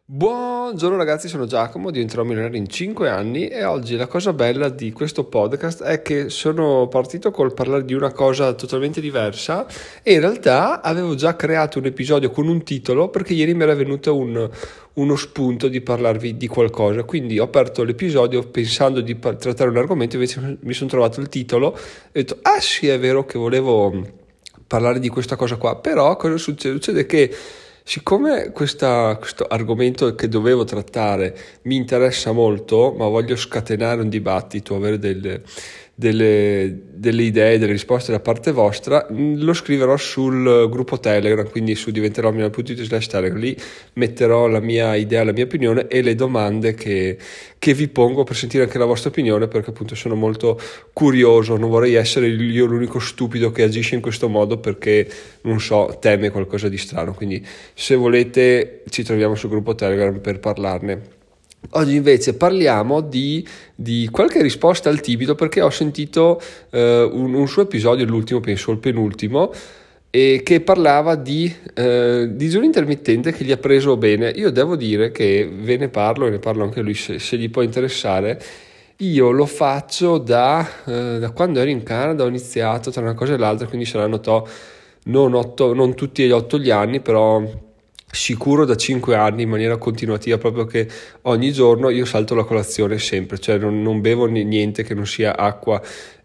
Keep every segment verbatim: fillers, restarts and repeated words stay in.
Buongiorno ragazzi, sono Giacomo, diventerò milionario in cinque anni e oggi la cosa bella di questo podcast è che sono partito col parlare di una cosa totalmente diversa e in realtà avevo già creato un episodio con un titolo perché ieri mi era venuto un, uno spunto di parlarvi di qualcosa, quindi ho aperto l'episodio pensando di par- trattare un argomento, invece mi sono trovato il titolo e ho detto ah sì, è vero che volevo parlare di questa cosa qua, però cosa succede? Succede che siccome questa, questo argomento che dovevo trattare mi interessa molto, ma voglio scatenare un dibattito, avere delle, delle, delle idee, delle risposte da parte vostra, lo scriverò sul gruppo Telegram, quindi su diventerò milionario punto it slash Telegram. Lì metterò la mia idea, la mia opinione e le domande che, che vi pongo per sentire anche la vostra opinione, perché appunto sono molto curioso, non vorrei essere io l'unico stupido che agisce in questo modo perché, non so, teme qualcosa di strano, quindi se volete ci troviamo sul gruppo Telegram per parlarne. Oggi invece parliamo di, di qualche risposta al timido, perché ho sentito eh, un, un suo episodio, l'ultimo, penso il penultimo, e che parlava di eh, digiuno intermittente che gli ha preso bene. Io devo dire che ve ne parlo e ne parlo anche lui se, se gli può interessare. Io lo faccio da, eh, da quando ero in Canada, ho iniziato tra una cosa e l'altra, quindi saranno to, non, otto, non tutti gli otto gli anni, però sicuro da cinque anni in maniera continuativa, proprio che ogni giorno io salto la colazione sempre, cioè non, non bevo niente che non sia acqua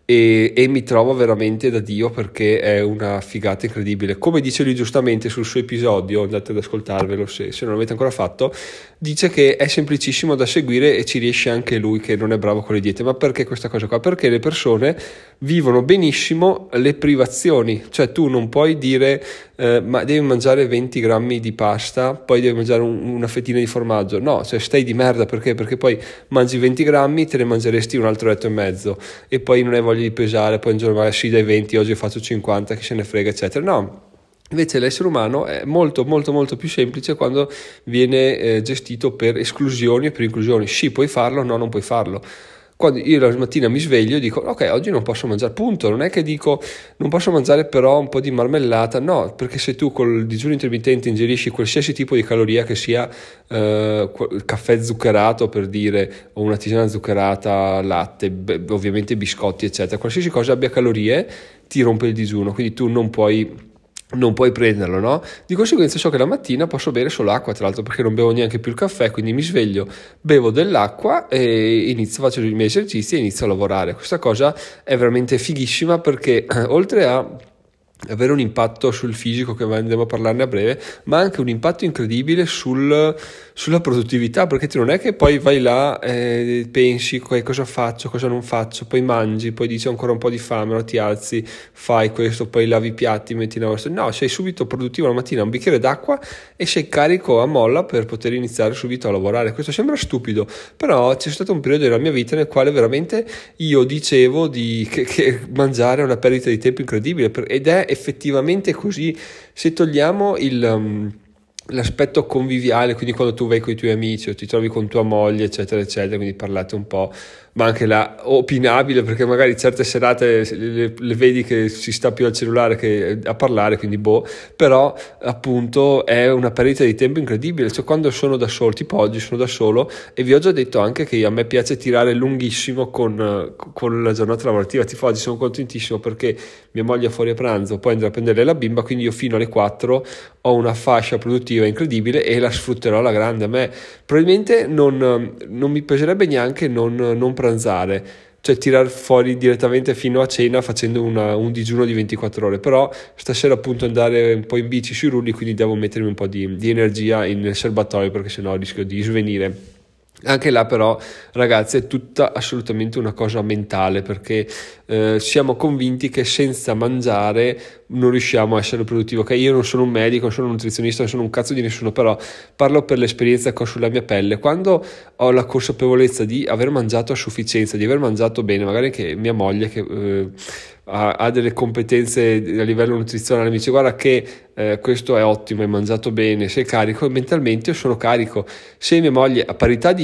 e, e mi trovo veramente da Dio, perché è una figata incredibile. Come dice lui giustamente sul suo episodio, andate ad ascoltarvelo se, se non l'avete ancora fatto, dice che è semplicissimo da seguire e ci riesce anche lui che non è bravo con le diete. Ma perché questa cosa qua? Perché le persone vivono benissimo le privazioni, cioè tu non puoi dire eh, ma devi mangiare venti grammi di pasta, poi devi mangiare un, una fettina di formaggio, no, cioè stai di merda. Perché? Perché poi mangi venti grammi, te ne mangeresti un altro etto e mezzo e poi non hai voglia di pesare, poi un giorno vai sì dai venti, oggi faccio cinquanta, chi se ne frega eccetera. No, invece l'essere umano è molto molto molto più semplice quando viene eh, gestito per esclusioni e per inclusioni. Sì, puoi farlo, no, non puoi farlo. Quando io la mattina mi sveglio e dico ok, oggi non posso mangiare, punto. Non è che dico non posso mangiare però un po' di marmellata, no, perché se tu col digiuno intermittente ingerisci qualsiasi tipo di caloria, che sia eh, caffè zuccherato per dire, o una tisana zuccherata, latte, beh, ovviamente biscotti eccetera, qualsiasi cosa abbia calorie ti rompe il digiuno, quindi tu non puoi non puoi prenderlo, no? Di conseguenza so che la mattina posso bere solo acqua, tra l'altro, perché non bevo neanche più il caffè, quindi mi sveglio, bevo dell'acqua e inizio, faccio i miei esercizi e inizio a lavorare. Questa cosa è veramente fighissima perché oltre a avere un impatto sul fisico, che andremo a parlarne a breve, ma anche un impatto incredibile sul, sulla produttività, perché tu non è che poi vai là e pensi cosa faccio, cosa non faccio, poi mangi, poi dici ancora un po' di fame, no? Ti alzi, fai questo, poi lavi i piatti, metti in lavoro. No, sei subito produttivo la mattina, un bicchiere d'acqua e sei carico a molla per poter iniziare subito a lavorare. Questo sembra stupido, però c'è stato un periodo della mia vita nel quale veramente io dicevo di, che, che mangiare è una perdita di tempo incredibile, ed è effettivamente così. Se togliamo il um, l'aspetto conviviale, quindi quando tu vai con i tuoi amici o ti trovi con tua moglie eccetera eccetera, quindi parlate un po', ma anche là opinabile, perché magari certe serate le, le vedi che si sta più al cellulare che a parlare, quindi boh, però appunto è una perdita di tempo incredibile. Cioè quando sono da solo, tipo oggi sono da solo e vi ho già detto anche che a me piace tirare lunghissimo con, con la giornata lavorativa, tipo oggi sono contentissimo perché mia moglie è fuori a pranzo, poi andrà a prendere la bimba, quindi io fino alle quattro ho una fascia produttiva incredibile e la sfrutterò alla grande. A me probabilmente non, non mi piacerebbe neanche non, non pranzare, cioè tirar fuori direttamente fino a cena facendo una, un digiuno di ventiquattro ore, però stasera appunto andare un po' in bici sui rulli, quindi devo mettermi un po' di, di energia nel serbatoio, perché sennò rischio di svenire. Anche là però ragazzi è tutta assolutamente una cosa mentale, perché eh, siamo convinti che senza mangiare non riusciamo a essere produttivi. Ok, io non sono un medico, non sono un nutrizionista, non sono un cazzo di nessuno, però parlo per l'esperienza che ho sulla mia pelle. Quando ho la consapevolezza di aver mangiato a sufficienza, di aver mangiato bene, magari che mia moglie che eh, ha, ha delle competenze a livello nutrizionale mi dice guarda che eh, questo è ottimo, hai mangiato bene, sei carico, e mentalmente io sono carico. Se mia moglie a parità di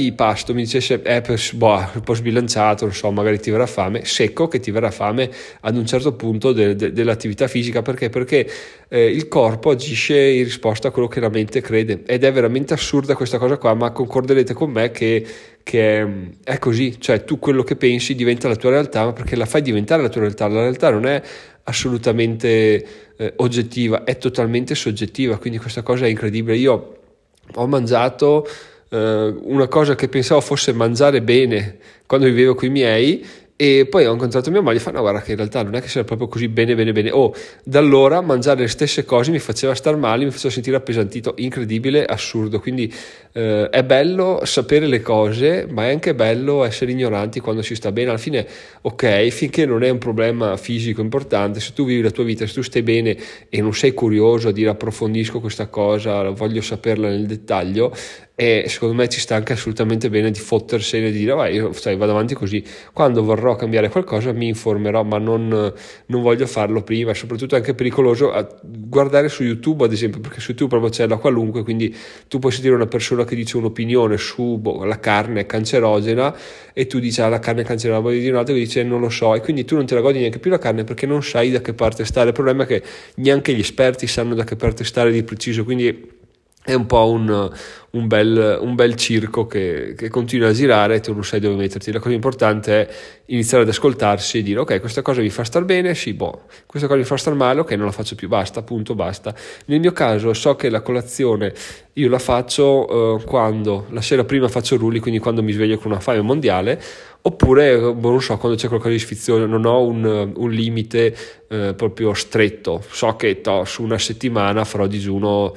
di pasto mi dicesse è per, boh, un po' sbilanciato, non so, magari ti verrà fame, secco che ti verrà fame ad un certo punto de, de, dell'attività fisica. Perché? Perché eh, il corpo agisce in risposta a quello che la mente crede, ed è veramente assurda questa cosa qua, ma concorderete con me che, che è così. Cioè tu quello che pensi diventa la tua realtà, ma perché la fai diventare la tua realtà. La realtà non è assolutamente eh, oggettiva, è totalmente soggettiva, quindi questa cosa è incredibile. Io ho mangiato eh, una cosa che pensavo fosse mangiare bene quando vivevo con i miei, e poi ho incontrato mia moglie e fa no, guarda che in realtà non è che sia proprio così bene bene bene. Oh, da allora mangiare le stesse cose mi faceva star male, mi faceva sentire appesantito, incredibile, assurdo. Quindi eh, è bello sapere le cose, ma è anche bello essere ignoranti quando si sta bene. Alla fine, ok, finché non è un problema fisico importante, se tu vivi la tua vita, se tu stai bene e non sei curioso a dire approfondisco questa cosa, voglio saperla nel dettaglio, e secondo me ci sta anche assolutamente bene di fottersene e di dire vai, io sai, vado avanti così. Quando vorrò cambiare qualcosa mi informerò, ma non, non voglio farlo prima. Soprattutto è anche pericoloso a guardare su YouTube, ad esempio, perché su YouTube proprio c'è la qualunque, quindi tu puoi sentire una persona che dice un'opinione su boh, la carne è cancerogena, e tu dici ah, la carne è cancerogena, poi di un altro che dice non lo so, e quindi tu non te la godi neanche più la carne perché non sai da che parte stare. Il problema è che neanche gli esperti sanno da che parte stare di preciso, quindi è un po' un, un, bel, un bel circo che, che continua a girare e tu non sai dove metterti. La cosa importante è iniziare ad ascoltarsi e dire ok, questa cosa mi fa star bene, sì, boh, questa cosa mi fa star male, ok, non la faccio più, basta, punto, basta. Nel mio caso so che la colazione io la faccio eh, quando la sera prima faccio rulli, quindi quando mi sveglio con una fame mondiale, oppure boh, non so, quando c'è qualcosa di sfizioso. Non ho un, un limite eh, proprio stretto. So che to, su una settimana farò digiuno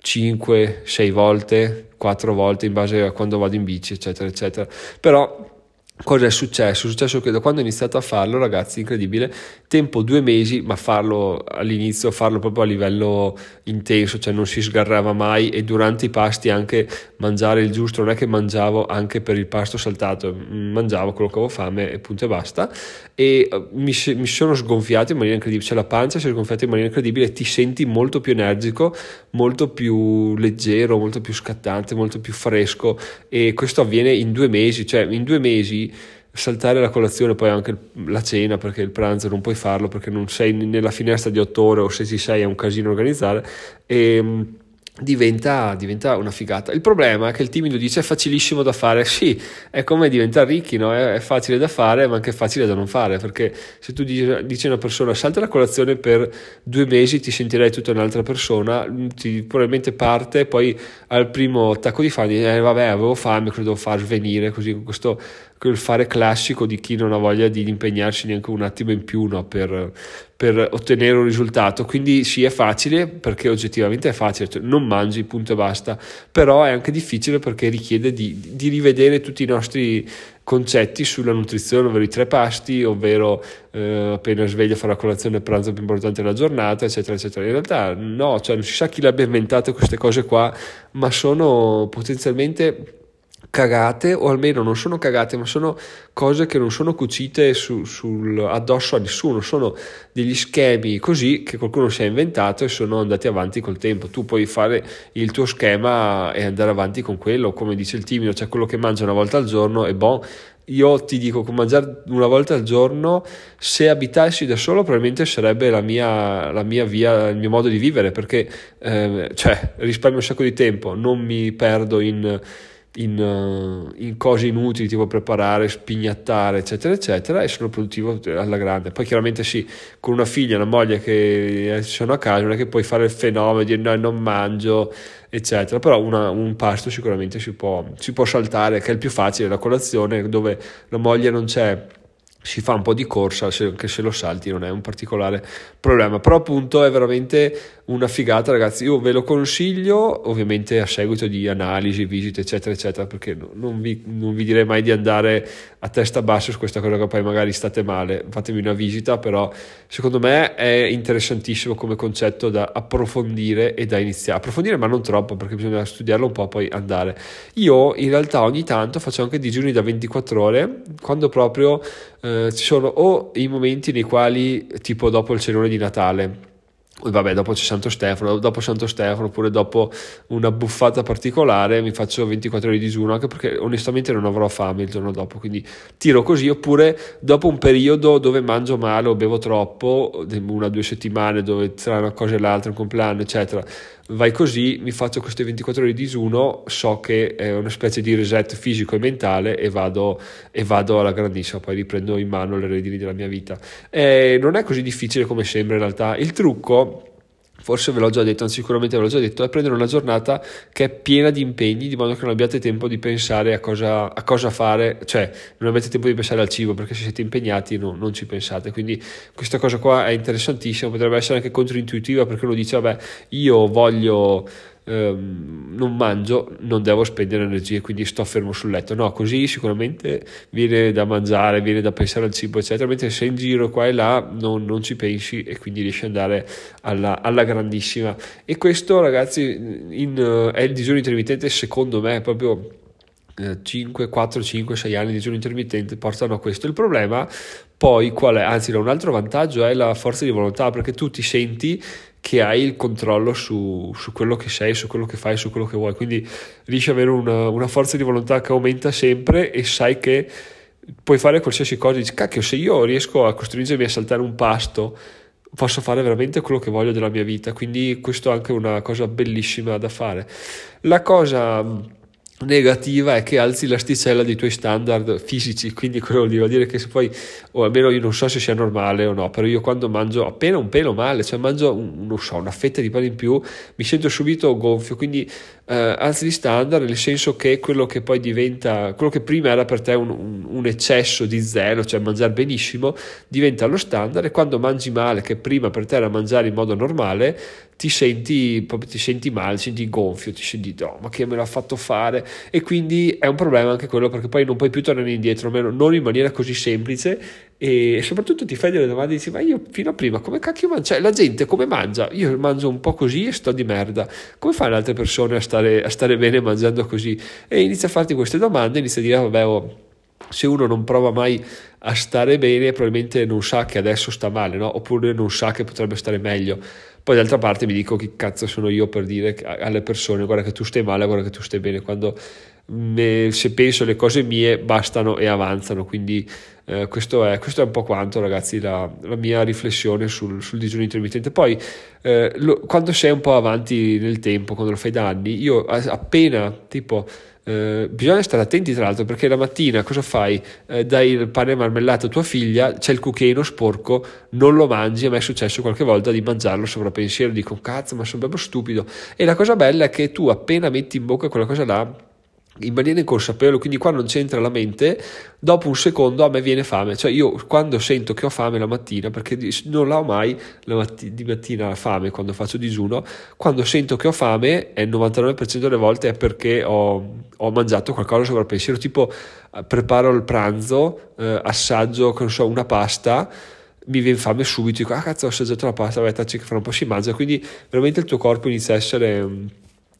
cinque sei volte, quattro volte in base a quando vado in bici, eccetera eccetera. Però cosa è successo? È successo che da quando ho iniziato a farlo, ragazzi, incredibile, tempo due mesi, ma farlo all'inizio, farlo proprio a livello intenso, cioè non si sgarrava mai, e durante i pasti anche mangiare il giusto, non è che mangiavo anche per il pasto saltato, mangiavo quello che avevo fame e punto e basta, e mi, mi sono sgonfiato in maniera incredibile, cioè la pancia si è sgonfiata in maniera incredibile, ti senti molto più energico, molto più leggero, molto più scattante, molto più fresco, e questo avviene in due mesi, cioè in due mesi saltare la colazione, poi anche la cena, perché il pranzo non puoi farlo perché non sei nella finestra di otto ore, o se ci sei è un casino organizzare, e diventa, diventa una figata. Il problema è che il timido dice è facilissimo da fare. Sì, è come diventare ricchi, no? È, è facile da fare, ma anche facile da non fare, perché se tu dici, dici a una persona salta la colazione per due mesi, ti sentirai tutta un'altra persona, ti probabilmente parte, poi al primo attacco di fame eh, vabbè, avevo fame, cosa devo fare, svenire, così, con questo quel fare classico di chi non ha voglia di impegnarsi neanche un attimo in più, no, per, per ottenere un risultato. Quindi sì, è facile perché oggettivamente è facile, cioè non mangi, punto e basta, però è anche difficile perché richiede di, di rivedere tutti i nostri concetti sulla nutrizione, ovvero i tre pasti, ovvero eh, appena sveglio fare la colazione, il pranzo più importante della giornata, eccetera eccetera. In realtà no, cioè non si sa chi l'abbia inventate queste cose qua, ma sono potenzialmente cagate, o almeno non sono cagate, ma sono cose che non sono cucite su, sul, addosso a nessuno, sono degli schemi così che qualcuno si è inventato e sono andati avanti col tempo. Tu puoi fare il tuo schema e andare avanti con quello, come dice il timido, cioè quello che mangia una volta al giorno è buono. Io ti dico che mangiare una volta al giorno, se abitassi da solo, probabilmente sarebbe la mia, la mia via, il mio modo di vivere, perché eh, cioè risparmio un sacco di tempo, non mi perdo in In, uh, in cose inutili tipo preparare, spignattare, eccetera eccetera, e sono produttivo alla grande. Poi chiaramente sì, con una figlia, una moglie che sono a casa, non è che puoi fare il fenomeno di no, non mangio, eccetera, però una, un pasto sicuramente si può, si può saltare, che è il più facile, la colazione, dove la moglie non c'è, si fa un po' di corsa, se, che se lo salti non è un particolare problema. Però appunto è veramente una figata, ragazzi, io ve lo consiglio, ovviamente a seguito di analisi, visite, eccetera eccetera, perché no, non, vi, non vi direi mai di andare a testa bassa su questa cosa, che poi magari state male, fatevi una visita, però secondo me è interessantissimo come concetto da approfondire e da iniziare, approfondire ma non troppo, perché bisogna studiarlo un po' poi andare. Io in realtà ogni tanto faccio anche digiuni da ventiquattro ore, quando proprio eh, ci sono o i momenti nei quali, tipo dopo il cenone di Natale, Poi vabbè, dopo c'è Santo Stefano, dopo Santo Stefano, oppure dopo una buffata particolare, mi faccio ventiquattro ore di digiuno, anche perché onestamente non avrò fame il giorno dopo, quindi tiro così. Oppure dopo un periodo dove mangio male o bevo troppo, una o due settimane dove tra una cosa e l'altra, un compleanno, eccetera, vai così, mi faccio queste ventiquattro ore di digiuno, so che è una specie di reset fisico e mentale e vado, e vado alla grandissima, poi riprendo in mano le redini della mia vita. E non è così difficile come sembra in realtà. Il trucco, forse ve l'ho già detto, anzi sicuramente ve l'ho già detto, è prendere una giornata che è piena di impegni, di modo che non abbiate tempo di pensare a cosa, a cosa fare, cioè non avete tempo di pensare al cibo, perché se siete impegnati no, non ci pensate. Quindi questa cosa qua è interessantissima, potrebbe essere anche controintuitiva, perché uno dice vabbè, io voglio ehm, non mangio, non devo spendere energie, quindi sto fermo sul letto. No, così sicuramente viene da mangiare, viene da pensare al cibo, eccetera, mentre se in giro qua e là non, non ci pensi e quindi riesci ad andare alla, alla grandissima. E questo, ragazzi, in, uh, è il digiuno intermittente, secondo me, proprio cinque, quattro, cinque, sei anni di digiuno intermittente portano a questo. Il problema poi qual è? Anzi, un altro vantaggio è la forza di volontà, perché tu ti senti che hai il controllo su, su quello che sei, su quello che fai, su quello che vuoi, quindi riesci ad avere una, una forza di volontà che aumenta sempre e sai che puoi fare qualsiasi cosa. Dici, cacchio, se io riesco a costringermi a saltare un pasto, posso fare veramente quello che voglio della mia vita, quindi questo è anche una cosa bellissima da fare. La cosa negativa è che alzi l'asticella dei tuoi standard fisici, quindi quello vuol dire, vuol dire che se poi, o almeno io non so se sia normale o no, però io quando mangio appena un pelo male, cioè mangio un, non so, una fetta di pane in più, mi sento subito gonfio, quindi eh, alzi gli standard, nel senso che quello che poi diventa, quello che prima era per te un, un, un eccesso di zelo, cioè mangiare benissimo, diventa lo standard, e quando mangi male, che prima per te era mangiare in modo normale, ti senti proprio, ti senti male, ti senti gonfio, ti senti oh, ma che me l'ha fatto fare, e quindi è un problema anche quello, perché poi non puoi più tornare indietro, almeno non in maniera così semplice, e soprattutto ti fai delle domande e dici ma io fino a prima come cacchio mangio, cioè la gente come mangia, io mangio un po' così e sto di merda, come fanno altre persone a stare, a stare bene mangiando così? E inizia a farti queste domande, inizia a dire vabbè, oh, se uno non prova mai a stare bene probabilmente non sa che adesso sta male, no? Oppure non sa che potrebbe stare meglio. Poi d'altra parte mi dico chi cazzo sono io per dire alle persone guarda che tu stai male, guarda che tu stai bene, quando me, se penso le cose mie bastano e avanzano. Quindi eh, questo, è, questo è un po' quanto, ragazzi, la, la mia riflessione sul, sul digiuno intermittente. Poi eh, lo, quando sei un po' avanti nel tempo, quando lo fai da anni, io appena tipo Uh, bisogna stare attenti tra l'altro, perché la mattina cosa fai? Uh, dai il pane e marmellata a tua figlia, c'è il cucchiaino sporco, non lo mangi. A me è successo qualche volta di mangiarlo sopra pensiero, dico cazzo ma sono proprio stupido, e la cosa bella è che tu appena metti in bocca quella cosa là in maniera inconsapevole, quindi qua non c'entra la mente, dopo un secondo a me viene fame, cioè io quando sento che ho fame la mattina, perché non l'ho mai la matti- di mattina fame quando faccio digiuno, quando sento che ho fame è il novantanove per cento delle volte è perché ho, ho mangiato qualcosa sopra pensiero, tipo preparo il pranzo, eh, assaggio non so, una pasta, mi viene fame subito, dico ah cazzo ho assaggiato la pasta, vai tacci che fra un po' si mangia, quindi veramente il tuo corpo inizia a essere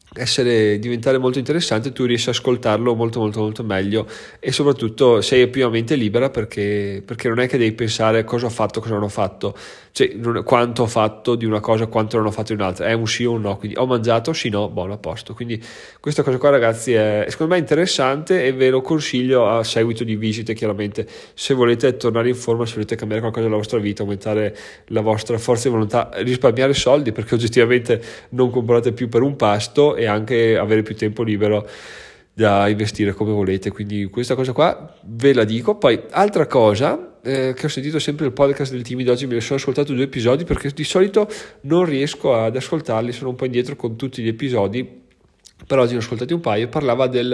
essere diventare molto interessante, tu riesci a ascoltarlo molto molto molto meglio, e soprattutto sei più a mente libera, perché, perché non è che devi pensare cosa ho fatto, cosa non ho fatto, cioè non, quanto ho fatto di una cosa, quanto non ho fatto di un'altra, è un sì o un no, quindi ho mangiato, sì no, buono, a posto. Quindi questa cosa qua, ragazzi, è secondo me interessante e ve lo consiglio a seguito di visite. Chiaramente se volete tornare in forma, se volete cambiare qualcosa nella vostra vita, aumentare la vostra forza di volontà, risparmiare soldi, perché oggettivamente non comprate più per un pasto, e anche avere più tempo libero da investire come volete. Quindi questa cosa qua ve la dico. Poi altra cosa, eh, che ho sentito sempre il podcast del Timido, oggi me ne sono ascoltato due episodi perché di solito non riesco ad ascoltarli, sono un po' indietro con tutti gli episodi, però oggi ne ho ascoltati un paio. Parlava del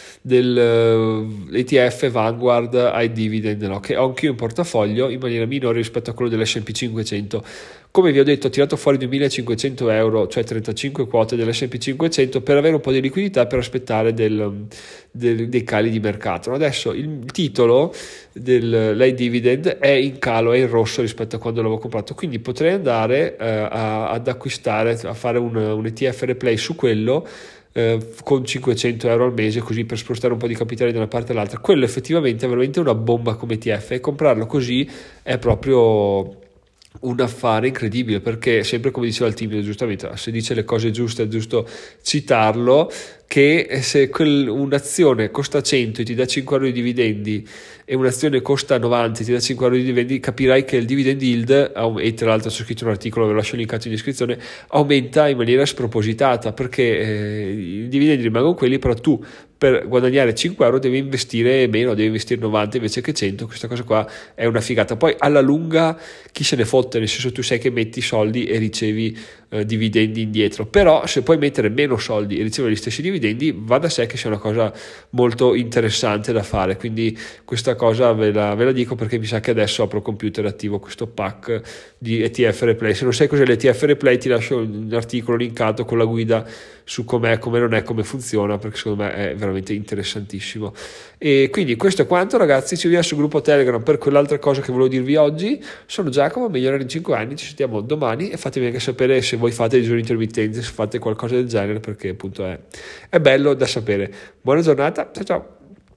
dell'E T F Vanguard High Dividend, no? Che ho anch'io in portafoglio in maniera minore rispetto a quello dell'S and P cinquecento. Come vi ho detto, ho tirato fuori duemilacinquecento euro, cioè trentacinque quote dell'S and P cinquecento, per avere un po' di liquidità per aspettare del, del, dei cali di mercato. Adesso il titolo dell'High Dividend è in calo, è in rosso rispetto a quando l'avevo comprato, quindi potrei andare eh, a, ad acquistare, a fare un, un E T F replay su quello, Eh, con cinquecento euro al mese, così per spostare un po' di capitale da una parte all'altra. Quello effettivamente è veramente una bomba come E T F, e comprarlo così è proprio un affare incredibile, perché sempre come diceva il timido giustamente, se dice le cose giuste è giusto citarlo, che se quel, un'azione costa cento e ti dà cinque euro di dividendi e un'azione costa novanta e ti dà cinque euro di dividendi, capirai che il dividend yield, e tra l'altro ho scritto un articolo, ve lo lascio linkato in descrizione, aumenta in maniera spropositata, perché eh, i dividendi rimangono quelli, però tu per guadagnare cinque euro devi investire meno, devi investire novanta invece che cento. Questa cosa qua è una figata. Poi alla lunga chi se ne fotte, nel senso, tu sai che metti soldi e ricevi eh, dividendi indietro, però se puoi mettere meno soldi e ricevere gli stessi dividendi, va da sé che sia una cosa molto interessante da fare. Quindi questa cosa ve la, ve la dico, perché mi sa che adesso apro computer e attivo questo pack di E T F Replay. Se non sai cos'è l'E T F Replay, ti lascio un articolo linkato con la guida su com'è, come non è, come funziona, perché secondo me è veramente interessantissimo. E quindi questo è quanto, ragazzi. Ci vediamo sul gruppo Telegram per quell'altra cosa che volevo dirvi oggi. Sono Giacomo, migliorare in cinque anni, ci sentiamo domani e fatemi anche sapere se voi fate dei giorni intermittenti, se fate qualcosa del genere, perché appunto è, è bello da sapere. Buona giornata, ciao ciao.